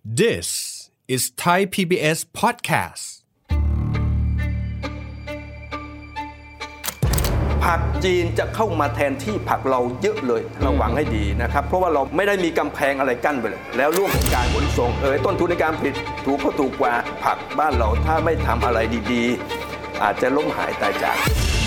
This is Thai PBS podcast. ผักจีนจะเข้ามาแทนที่ผักเราเยอะเลยระวังให้ดีนะครับเพราะว่าเราไม่ได้มีกำแพงอะไรกั้นไปเลยแล้วเรื่องของการขนส่งต้นทุนในการผลิตถูกก็ถูกกว่าผักบ้านเราถ้าไม่ทำอะไรดีๆอาจจะล้มหายตายจาก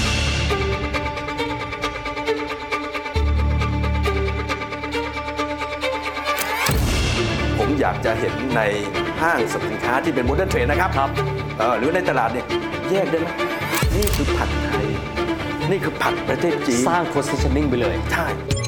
ผมอยากจะเห็นในห้างสรรพสินค้าที่เป็นโมเดิร์นเทรดนะครับหรือในตลาดเนี่ยแยกได้ไหมนี่คือผักไทยนี่คือผักประเทศจีนสร้าง positioning ไปเลยใช่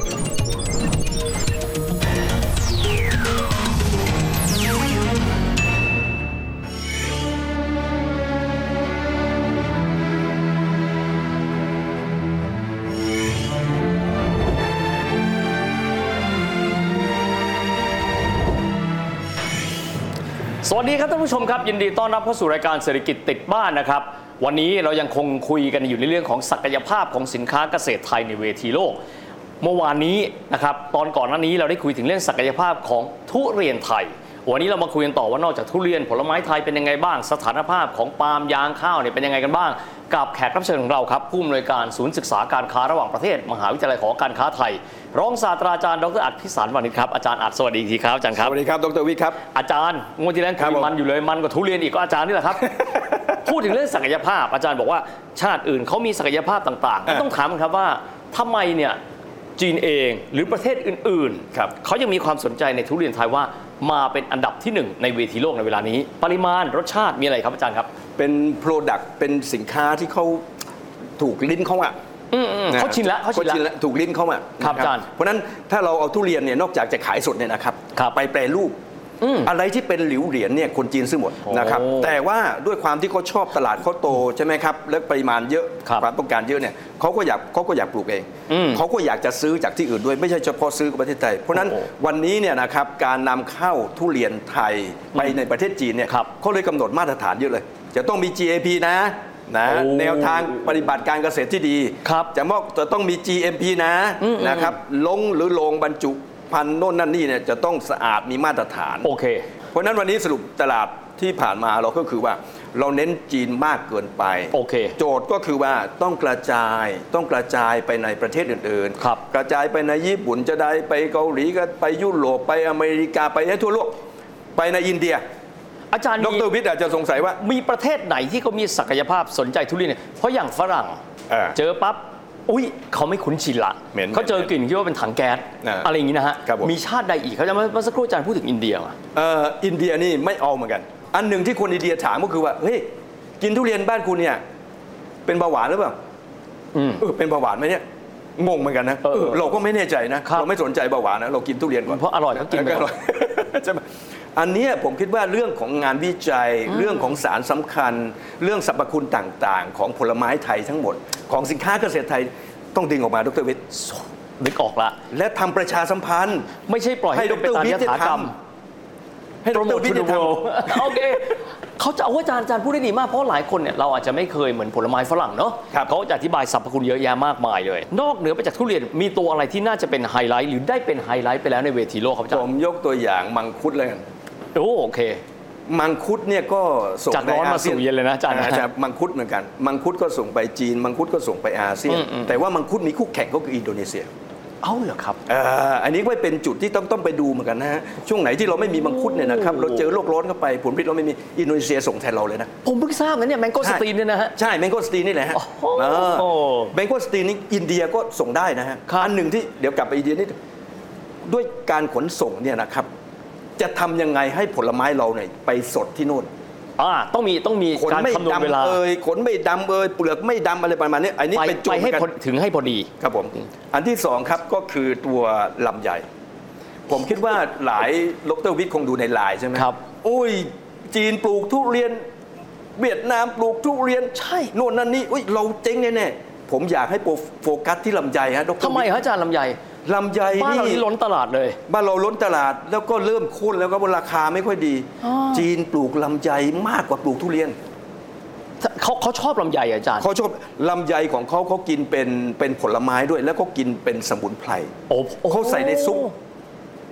สวัสดีครับท่านผู้ชมครับยินดีต้อนรับเข้าสู่รายการเศรษฐกิจติดบ้านนะครับวันนี้เรายังคงคุยกันอยู่ในเรื่องของศักยภาพของสินค้าเกษตรไทยในเวทีโลกเมื่อวานนี้นะครับตอนก่อนหน้านี้เราได้คุยถึงเรื่องศักยภาพของทุเรียนไทยวันนี้เรามาคุยกันต่อว่านอกจากทุเรียนผลไม้ไทยเป็นยังไงบ้างสถานภาพของปาล์มยางข้าวเนี่ยเป็นยังไงกันบ้างกับแขกรับเชิญของเราครับผู้อำนวยการศูนย์ศึกษาการค้าระหว่างประเทศมหาวิทยาลัยหอการค้าไทยรองศาสตราจารย์ดร.อัฏฐพิสารวณิชครับอาจารย์อัฏสวัสดีทีครับอาจารย์ครับสวัสดีครับดร.วิครับอาจารย์งวดที่แล้วคุยมันอยู่เลยมันกว่าทุเรียนอีกก็อาจารย์นี่แหละครับ พูดถึงเรื่องศักยภาพอาจารย์บอกว่าชาติอื่นเขามีศักยภาพต่างๆต้องถามครับว่าทำไมเนี่ยจีนเองหรือประเทศอื่นๆเขายังมีความสนใจในทุเรียนไทยว่ามาเป็นอันดับที่1ในเวทีโลกในเวลานี้ปริมาณรสชาติมีอะไรครับอาจารย์ครับเป็น product เป็นสินค้าที่เขาถูกลิ้นเขาเขาชินแล้วถูกลิ้นเขาครับอาจารย์เพราะนั้นถ้าเราเอาทุเรียนเนี่ยนอกจากจะขายสดเนี่ยนะครับไปแปรรูปอะไรที่เป็นหลิวเหรียญเนี่ยคนจีนซื้อหมดนะครับแต่ว่าด้วยความที่เขาชอบตลาดเขาโตใช่ไหมครับและปริมาณเยอะความต้องการเยอะเนี่ยเขาก็อยากปลูกเองเขาก็อยากจะซื้อจากที่อื่นด้วยไม่ใช่เฉพาะซื้อกับประเทศไทยเพราะนั้นวันนี้เนี่ยนะครับการนำเข้าทุเรียนไทยไปในประเทศจีนเนี่ยเขาเลยกำหนดมาตรฐานเยอะเลยจะต้องมี GAP นะแนวทางปฏิบัติการเกษตรที่ดีจะต้องมี GMP นะครับลงหรือโรงบรรจุพันธุ์โน่นนั่นนี่เนี่ยจะต้องสะอาดมีมาตรฐานโอเคเพราะนั้นวันนี้สรุปตลาดที่ผ่านมาเราก็คือว่าเราเน้นจีนมากเกินไปโอเคโจทย์ก็คือว่าต้องกระจายไปในประเทศอื่นๆกระจายไปในญี่ปุ่นจะได้ไปเกาหลีก็ไปยุโรปไปอเมริกาไปทั่วโลกไปในอินเดียอาจารย์ดร.วิทย์อาจจะสงสัยว่ามีประเทศไหนที่เขามีศักยภาพสนใจทุเรียนเพราะอย่างฝรั่งเจอปั๊บเขาไม่คุ้นชินละเขาเจอกลิ่นคิดว่าเป็นถังแก๊สอะไรอย่างนี้นะฮะมีชาติใดอีกเขาจะเมื่อสักครู่อาจารย์พูดถึงอินเดียอินเดียนี่ไม่เอาเหมือนกันอันหนึ่งที่คนอินเดียถามก็คือว่าเฮ้ยกินทุเรียนบ้านคุณเนี่ยเป็นเบาหวานหรือเปล่าเป็นเบาหวานไหมเนี่ยงงเหมือนกันนะเราก็ไม่แน่ใจนะเราไม่สนใจเบาหวานนะเรากินทุเรียนก่อนเพราะอร่อยเขากินอร่อยใช่ไหมอันนี้ผมคิดว่าเรื่องของงานวิจัยเรื่องของสารสำคัญเรื่องสรรพคุณต่างๆของผลไม้ไทยทั้งหมดของสินค้าเกษตรไทยต้องดึงออกมาดร.วิทย์นึกออกละและทำประชาสัมพันธ์ไม่ใช่ปล่อยให้ดร.วิทย์ทำให้ดร.วิทย์ทำโอเคเขาจะเอาอาจารย์พูดได้ดีมากเพราะหลายคนเนี่ยเราอาจจะไม่เคยเหมือนผลไม้ฝรั่งเนาะเขาจะอธิบายสรรพคุณเยอะแยะมากมายเลยนอกเหนือไปจากทุเรียนมีตัวอะไรที่น่าจะเป็นไฮไลท์หรือได้เป็นไฮไลท์ไปแล้วในเวทีโลกครับอาจารย์ผมยกตัวอย่างมังคุดเลยกันโอเคมังคุดเนี่ยก็ส่งจากร้อนมาสู่เย็นเลยนะอาจารย์จากมังคุดเหมือนกันมังคุดก็ส่งไปจีนมังคุดก็ส่งไปอาเซียนแต่ว่ามังคุดมีคู่แข่งก็คืออินโดนีเซียเหรอครับอันนี้ก็เป็นจุดที่ต้องไปดูเหมือนกันนะฮะช่วงไหนที่เราไม่มีมังคุดเนี่ยนะครับเราเจอโลกร้อนเข้าไปผลผลิตเราไม่มีอินโดนีเซียส่งแทนเราเลยนะผมเพิ่งทราบนะเนี่ยแมงโกสตีนเนี่ยนะฮะใช่แมงโกสตีนนี่แหละฮะแมงโกสตีนนี่อินเดียก็ส่งได้นะฮะอันหนึ่งที่เดี๋ยวกลับไปอินเดียนี่ด้วยการขนส่งเนี่ยนะครับจะทำยังไงให้ผลไม้เราเนี่ยไปสดที่โน่นต้องมีการคำนวณเวลาขนไม่ดำเปลือกไม่ดำอะไรประมาณนี้อันนี้เป็นจุดให้ถึงให้พอดีครับผมอันที่สองครับก็คือตัวลำไยผมคิดว่าหลายดร.วิทย์คงดูในไลน์ใช่ไหมครับจีนปลูกทุเรียนเวียดนามปลูกทุเรียนใช่โน่นนั่นนี่เราเจ๊งแน่ๆผมอยากให้โฟกัสที่ลำไยฮะดร. ทำไมฮะอาจารย์ลำไยบ้านเรานี่ล้นตลาดเลยบ้านเราล้นตลาดแล้วก็เริ่มโค่นแล้วก็ราคาไม่ค่อยดีจีนปลูกลำไยมากกว่าปลูกทุเรียนเขาชอบลำไยอาจารย์เขาชอบลำไยของเขากินเป็นผลไม้ด้วยแล้วก็กินเป็นสมุนไพรเขาใส่ในซุป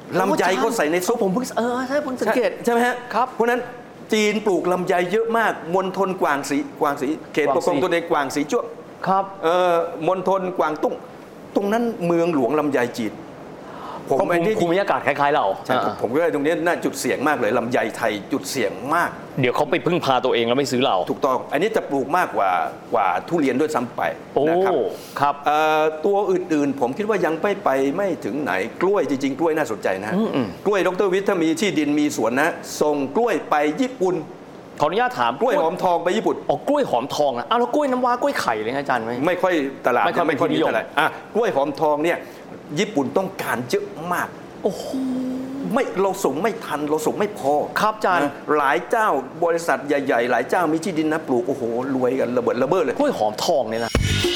ลำไยก็ใส่ในซุปผมเพิ่งใช่ผมสังเกตใช่ไหมฮะครับเพราะนั้นจีนปลูกลำไยเยอะมากมณฑลกวางสีเขตปกครองตนเองกวางสีจ้วงครับมณฑลกวางตุ้งตรงนั้นเมืองหลวงลำไยจีนผมภูมิอากาศคล้ายๆเราผมก็เลยตรงนี้น่าจุดเสี่ยงมากเลยลำไยไทยจุดเสี่ยงมากเดี๋ยวเขาไปพึ่งพาตัวเองแล้วไม่ซื้อเราถูกต้องอันนี้จะปลูกมากกว่าทุเรียนด้วยซ้ำไปนะครับครับตัวอื่นๆผมคิดว่ายังไม่ถึงไหนกล้วยจริงๆกล้วยน่าสนใจนะกล้วยดร.วิทย์ถ้ามีที่ดินมีสวนนะส่งกล้วยไปญี่ปุ่นขออนุญาตถามกล้วยหอมทองไปญี่ปุ่นกล้วยหอมทองนะแล้วกล้วยน้ำว้ากล้วยไข่เลยอาจารย์ไม่ค่อยตลาดไม่ค่อยนิยมกล้วยหอมทองเนี่ยญี่ปุ่นต้องการเยอะมากโอ้โหเราส่งไม่ทันเราส่งไม่พอครับอาจารย์หลายเจ้าบริษัทใหญ่ๆหลายเจ้ามีที่ดินนะปลูกโอ้โหรวยกันระเบิดระเบ้อเลยกล้วยหอมทองเนี่ยนะ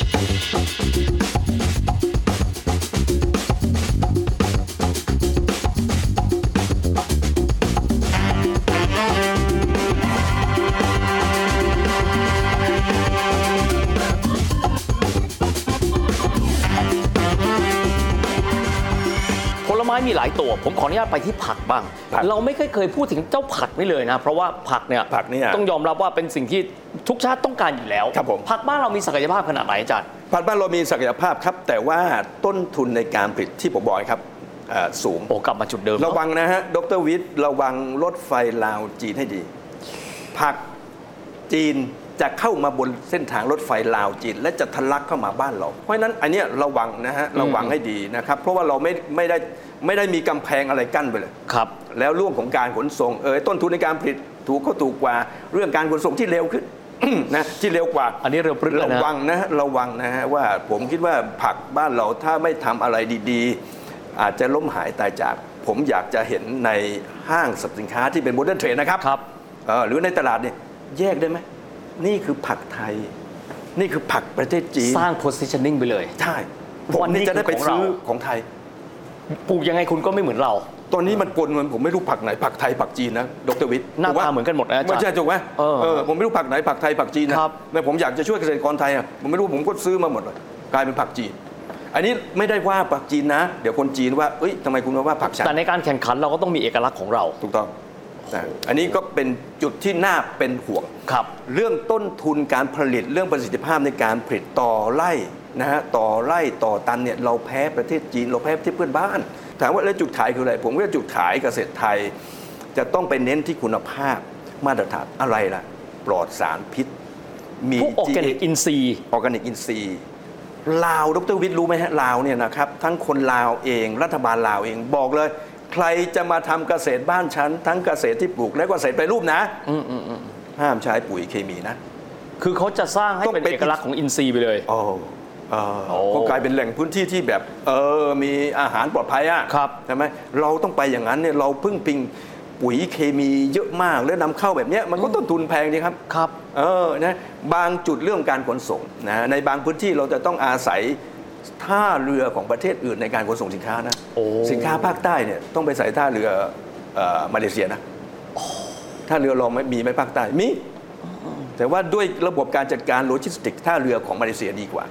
มีหลายตัวผมขออนุญาตไปที่ผักบ้างเราไม่เคยพูดถึงเจ้าผักนี่เลยนะเพราะว่าผักเนี่ยต้องยอมรับว่าเป็นสิ่งที่ทุกชาติต้องการอยู่แล้วผักบ้านเรามีศักยภาพขนาดไหนอาจารย์ผักบ้านเรามีศักยภาพครับแต่ว่าต้นทุนในการผลิตที่ผมบอกครับสูงกลับมาจุดเดิมระวังนะฮะดร.วิทย์ระวังรถไฟลาวจีนให้ดีผักจีนจะเข้ามาบนเส้นทางรถไฟลาวจีนและจะทะลักเข้ามาบ้านเราเพราะฉะนั้นอันนี้ระวังนะฮะระวังให้ดีนะครับเพราะว่าเราไม่ได้มีกำแพงอะไรกั้นไปเลยครับแล้วเรื่องของการขนส่งต้นทุนในการผลิตถูกกว่าเรื่องการขนส่งที่เร็วขึ้นนะที่เร็วกว่าอันนี้ระวังนะฮะว่าผมคิดว่าผักบ้านเราถ้าไม่ทำอะไรดีๆอาจจะล้มหายตายจากผมอยากจะเห็นในห้างสรรพสินค้าที่เป็นโมเดิร์นเทรดนะครับหรือในตลาดเนี่ยแยกได้ไหมนี่คือผักไทยนี่คือผักประเทศจีนสร้าง positioning ไปเลยใช่ผมนี่จะได้ไปซื้อของไทยปลูกยังไงคุณก็ไม่เหมือนเราตอนนี้มันปนผมไม่รู้ผักไหนผักไทยผักจีนนะดร.วิทย์หน้าตาเหมือนกันหมดนะอาจารย์ไม่ใช่ถูกไหมผมไม่รู้ผักไหนผักไทยผักจีนนะแต่ผมอยากจะช่วยเกษตรกรไทยผมไม่รู้ผมก็ซื้อมาหมดเลยกลายเป็นผักจีนอันนี้ไม่ได้ว่าผักจีนนะเดี๋ยวคนจีนว่าทำไมคุณว่าผักฉันแต่ในการแข่งขันเราก็ต้องมีเอกลักษณ์ของเราถูกต้องอันนี้ก็เป็นจุดที่น่าเป็นห่วงเรื่องต้นทุนการผลิตเรื่องประสิทธิภาพในการผลิตต่อไร่นะฮะต่อไร่ต่อตันเนี่ยเราแพ้ประเทศจีนเราแพ้ประเทศเพื่อนบ้านถามว่าแล้วจุดขายคืออะไรผมว่าจุดขายเกษตรไทยจะต้องไปเน้นที่คุณภาพมาตรฐานอะไรล่ะปลอดสารพิษมีออร์แกนิกอินทรีย์ลาวดร.วิทย์รู้ไหมฮะลาวเนี่ยนะครับทั้งคนลาวเองรัฐบาลลาวเองบอกเลยใครจะมาทำเกษตรบ้านฉันทั้งเกษตรที่ปลูกและเกษตรแปรรูปนะห้ามใช้ปุ๋ยเคมีนะคือเขาจะสร้างให้เป็นเอกลักษณ์ของอินทรีย์ไปเลยก็กลายเป็นแหล่งพื้นที่ที่แบบมีอาหารปลอดภัยอ่ะใช่ไหมเราต้องไปอย่างนั้นเนี่ยเราพึ่งพิงปุ๋ยเคมีเยอะมากแล้วนำเข้าแบบนี้มันก็ต้นทุนแพงดีครับนะบางจุดเรื่องการขนส่งนะในบางพื้นที่เราจะต้องอาศัยท่าเรือของประเทศอื่นในการขนส่งสินค้านะสินค้าภาคใต้เนี่ยต้องไปใส่ท่าเรือมาเลเซียนะท่าเรือเรามีไหมภาคใต้มีแต่ว่าด้วยระบบการจัดการโลจิสติกท่าเรือของมาเลเซียดีกว่า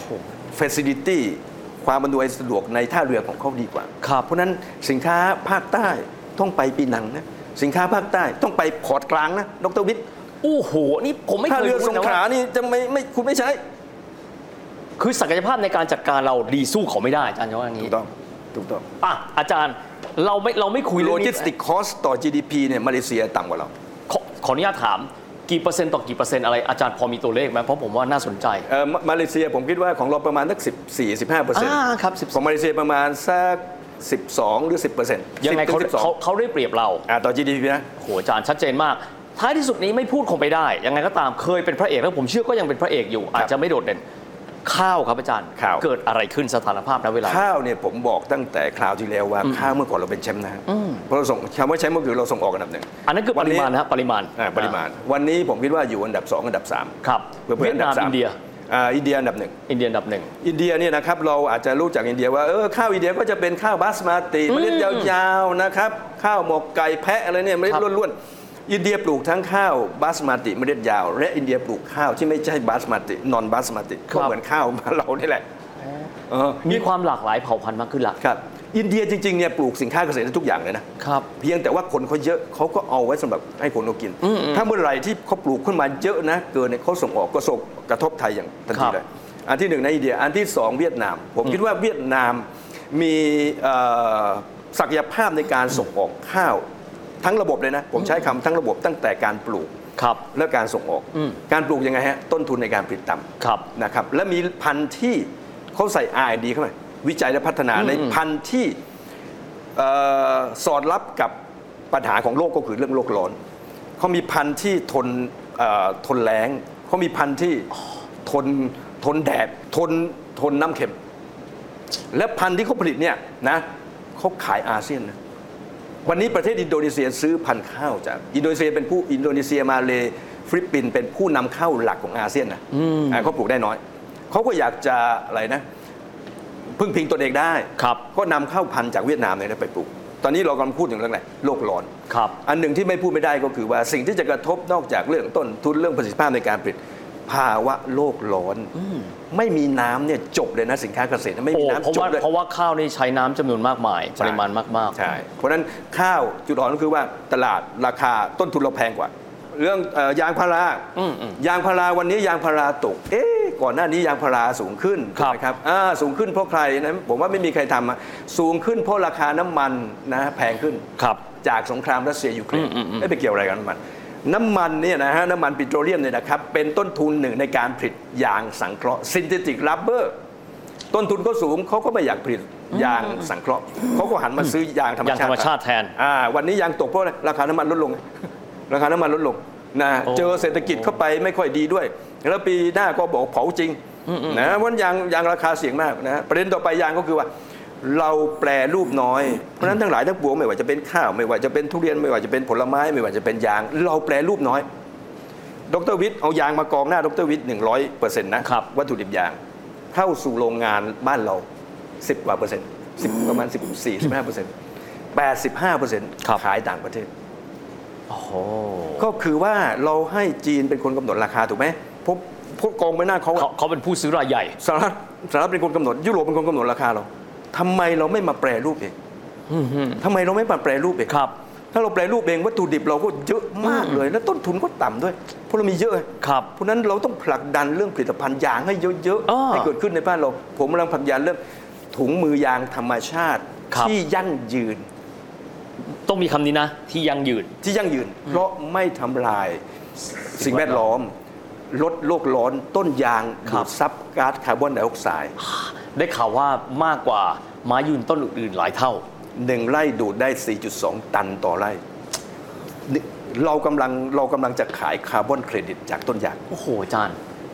facility ความอำนวยสะดวกในท่าเรือของเขาดีกว่าเพราะนั้นสินค้าภาคใต้ต้องไปปีนังนะสินค้าภาคใต้ต้องไปพอร์ตกลางนะดร.วิทย์โอ้โหนี่ผมไม่เคยรู้นะว่าท่าเรือสงขลานี่จะไม่คุณไม่ใช้คือศักยภาพในการจัดการเราดีสู้เขาไม่ได้อาจารย์ว่าอย่างนี้ถูกต้องอาจารย์เราไม่คุยโลจิสติกคอสต่อ GDP เนี่ยมาเลเซียต่ำกว่าเราขออนุญาตถามกี่เปอร์เซ็นต์ต่อกี่เปอร์เซ็นต์อะไรอาจารย์พอมีตัวเลขไหมเพราะผมว่าน่าสนใจมาเลเซียผมคิดว่าของเราประมาณสัก14-15% ครับของมาเลเซียประมาณสัก12หรือ 10% ยังไงเขาได้เปรียบเราต่อ GDP นะโหอาจารย์ชัดเจนมากท้ายที่สุดนี้ไม่พูดคงไปได้ยังไงก็ตามเคยเป็นพระเอกแล้วผมเชื่อก็ยังเป็นพระเอกอยู่อาจจะไม่โดดเด่นข้าวครับอาจารย์เกิดอะไรขึ้นสถานภาพณเวลาข้าวเนี่ยผมบอกตั้งแต่คราวที่แล้วว่าข้าวเมื่อก่อนเราเป็นแชมป์นะเพราะเราส่งคำว่าแชมป์ก็คือเราส่งออกอันดับหนึ่งอันนั้นคือปริมาณนะปริมาณวันนี้ผมคิดว่าอยู่อันดับ2อันดับ3 ครับเวียดนามอินเดียอินเดียอันดับ1อินเดียอันดับ1 อินเดียเนี่ยนะครับเราอาจจะรู้จักอินเดียว่าข้าวอินเดียก็จะเป็นข้าวบาสมาติเมล็ดยาวๆนะครับข้าวหมกไก่แพะอะไรเนี่ยเมล็ดล้วนๆอินเดียปลูกทั้งข้าวบาสมาติเมล็ดยาวและอินเดียปลูกข้าวที่ไม่ใช่บาสมาตินอนบาสมาติก็เหมือนข้าวบ้านเรานี่แหละมีความหลากหลายเผ่าพันธุ์มากขึ้นละครับอินเดียจริงๆเนี่ยปลูกสินค้าเกษตรได้ทุกอย่างเลยนะครับเพียงแต่ว่าคนเขาเยอะเขาก็เอาไว้สำหรับให้คนเขากินถ้าเมื่อไหร่ที่เขาปลูกขึ้นมาเยอะนะเกินเนี่ยเขาส่งออกก็ส่งกระทบไทยอย่างทันทีเลยอันที่1ในอินเดียอันที่2เวียดนามผมคิดว่าเวียดนามมีศักยภาพในการส่งออกข้าวทั้งระบบเลยนะผมใช้คำทั้งระบบตั้งแต่การปลูกและการส่งออกการปลูกยังไงฮะต้นทุนในการผลิตต่ำนะครับและมีพันธุ์ที่เขาใส่ R&D เข้าไปวิจัยและพัฒนาในพันธุ์ที่สอดรับกับปัญหาของโลกก็คือเรื่องโลกร้อนเขามีพันธุ์ที่ทนแล้งเขามีพันธุ์ที่ทนแดดทนน้ำเค็มและพันธุ์ที่เขาผลิตเนี่ยนะเขาขายอาเซียนนะวันนี้ประเทศอินโดนีเซียซื้อพันธุ์ข้าวจากอินโดนีเซียมาเลฟิลิปปินส์เป็นผู้นำเข้าหลักของอาเซียนนะเขาปลูกได้น้อยเขาก็อยากจะอะไรนะพึ่งพิงตัวเองได้ก็นำเข้าพันธุ์จากเวียดนามเนี่ยไปปลูกตอนนี้เรากำลังพูดถึงเรื่องอะไรโลกร้อนอันหนึ่งที่ไม่พูดไม่ได้ก็คือว่าสิ่งที่จะกระทบนอกจากเรื่องต้นทุนเรื่องประสิทธิภาพในการผลิตภาวะโลกร้อนไม่มีน้ำเนี่ยจบเลยนะสินค้าเกษตรไม่มีน้ำจบเลยเพราะว่าข้าวนี่ใช้น้ำจำนวนมากมายปริมาณมากๆใช่เพราะฉะนั้นข้าวจุดอ่อนก็คือว่าตลาดราคาต้นทุนเราแพงกว่าเรื่องยางพารายางพาราวันนี้ยางพาราตกก่อนหน้านี้ยางพาราสูงขึ้นถูกไหมครับสูงขึ้นเพราะใครนะผมว่าไม่มีใครทำสูงขึ้นเพราะราคาน้ำมันนะแพงขึ้นจากสงครามรัสเซียยูเครนไม่ไปเกี่ยวอะไรกับน้ำมันเนี่ยนะฮะน้ำมันปิโตรเลียมเนี่ยนะครับเป็นต้นทุนหนึ่งในการผลิตยางสังเคราะห์ซินเทติกรัปเปอร์ต้นทุนก็สูงเขาก็ไม่อยากผลิตยางสังเคราะห์เขาก็หันมาซื้อยางธรรมชาติแทนวันนี้ยางตกเพราะราคาน้ำมันลดลงนะเจอเศรษฐกิจเข้าไปไม่ค่อยดีด้วยแล้วปีหน้าก็บอกเผาจริงนะเพราะยางราคาเสี่ยงมากนะประเด็นต่อไปยางก็คือว่าเราแปรรูปน้อยเพราะฉะนั้นทั้งหลายทั้งปวงไม่ว่าจะเป็นข้าวไม่ว่าจะเป็นทุเรียนไม่ว่าจะเป็นผลไม้ไม่ว่าจะเป็นยางเราแปรรูปน้อยดร.วิทย์เอายางมากองหน้าดร.วิทย์ 100% นะวัตถุดิบยางเข้าสู่โรงงานบ้านเรา10กว่าเปอร์เซ็นต์ประมาณ 14-15% 85% ขายต่างประเทศก็คือว่าเราให้จีนเป็นคนกำหนดราคาถูกไหมพวกกองไปหน้าเขาเป็นผู้ซื้อรายใหญ่สหรัฐเป็นคนกำหนดยุโรปเป็นคนกำหนดราคาเราทำไมเราไม่มาแปรรูปเองทำไมเราไม่มาแปรรูปเองถ้าเราแปรรูปเองวัตถุดิบเราก็เยอะมากเลยแล้วต้นทุนก็ต่ำด้วยเพราะเรามีเยอะเพราะนั้นเราต้องผลักดันเรื่องผลิตภัณฑ์ยางให้เยอะๆให้เกิดขึ้นในบ้านเราผมกำลังผลักดันเรื่องถุงมือยางธรรมชาติที่ยั่งยืนต้องมีคำนี้นะที่ยั่งยืนเพราะไม่ทำลายสิ่งแวดล้อมลดโลกร้อนต้นยางดูดซับก๊าซคาร์บอนไดออกไซด์ได้ข่าวว่ามากกว่าไม้ยืนต้นอื่นๆหลายเท่า 1 ไร่ดูดได้ 4.2 ตันต่อไร่เรากำลังจะขายคาร์บอนเครดิตจากต้นยางโอ้โหอาจารย์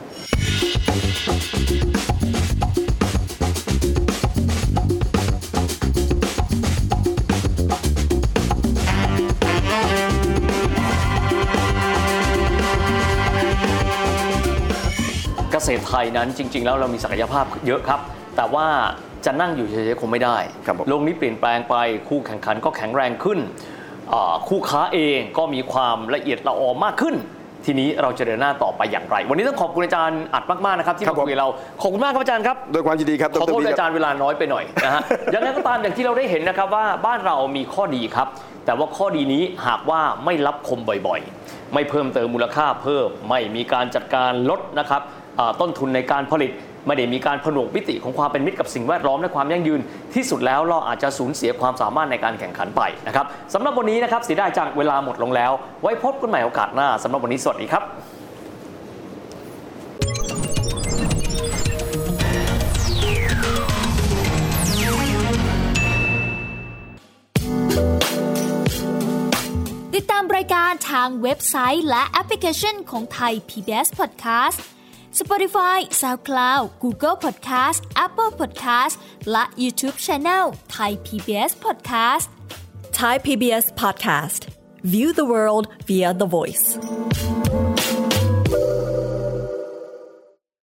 เกษตรไทยนั้นจริงๆแล้วเรามีศักยภาพเยอะครับแต่ว่าจะนั่งอยู่เฉยๆคงไม่ได้โลกนี้เปลี่ยนแปลงไปคู่แข่งขันก็แข็งแรงขึ้นคู่ค้าเองก็มีความละเอียดละออมากขึ้นทีนี้เราจะเดินหน้าต่อไปอย่างไรวันนี้ต้องขอบคุณอาจารย์อัดมากๆนะครับที่มาคุยกับเราขอบคุณมากครับอาจารย์ครับโดยความยินดีครับขอโทษอาจารย์เวลาน้อยไปหน่อยนะฮะอย่างไรก็ตามอย่างที่เราได้เห็นนะครับว่าบ้านเรามีข้อดีครับแต่ว่าข้อดีนี้หากว่าไม่รับคมบ่อยๆไม่เพิ่มเติมมูลค่าเพิ่มไม่มีการจัดการลดนะครับต้นทุนในการผลิตไม่ได้มีการผนวกมิติของความเป็นมิตรกับสิ่งแวดล้อมและความยั่งยืนที่สุดแล้วเราอาจจะสูญเสียความสามารถในการแข่งขันไปนะครับสำหรับวันนี้นะครับเสียดายจังเวลาหมดลงแล้วไว้พบกันใหม่โอกาสหน้าสำหรับวันนี้สวัสดีครับติดตามรายการทางเว็บไซต์และแอปพลิเคชันของไทย PBS Podcast Spotify, SoundCloud, Google Podcast, Apple Podcast และ YouTube Channel Thai PBS Podcast Thai PBS Podcast View the world via the voice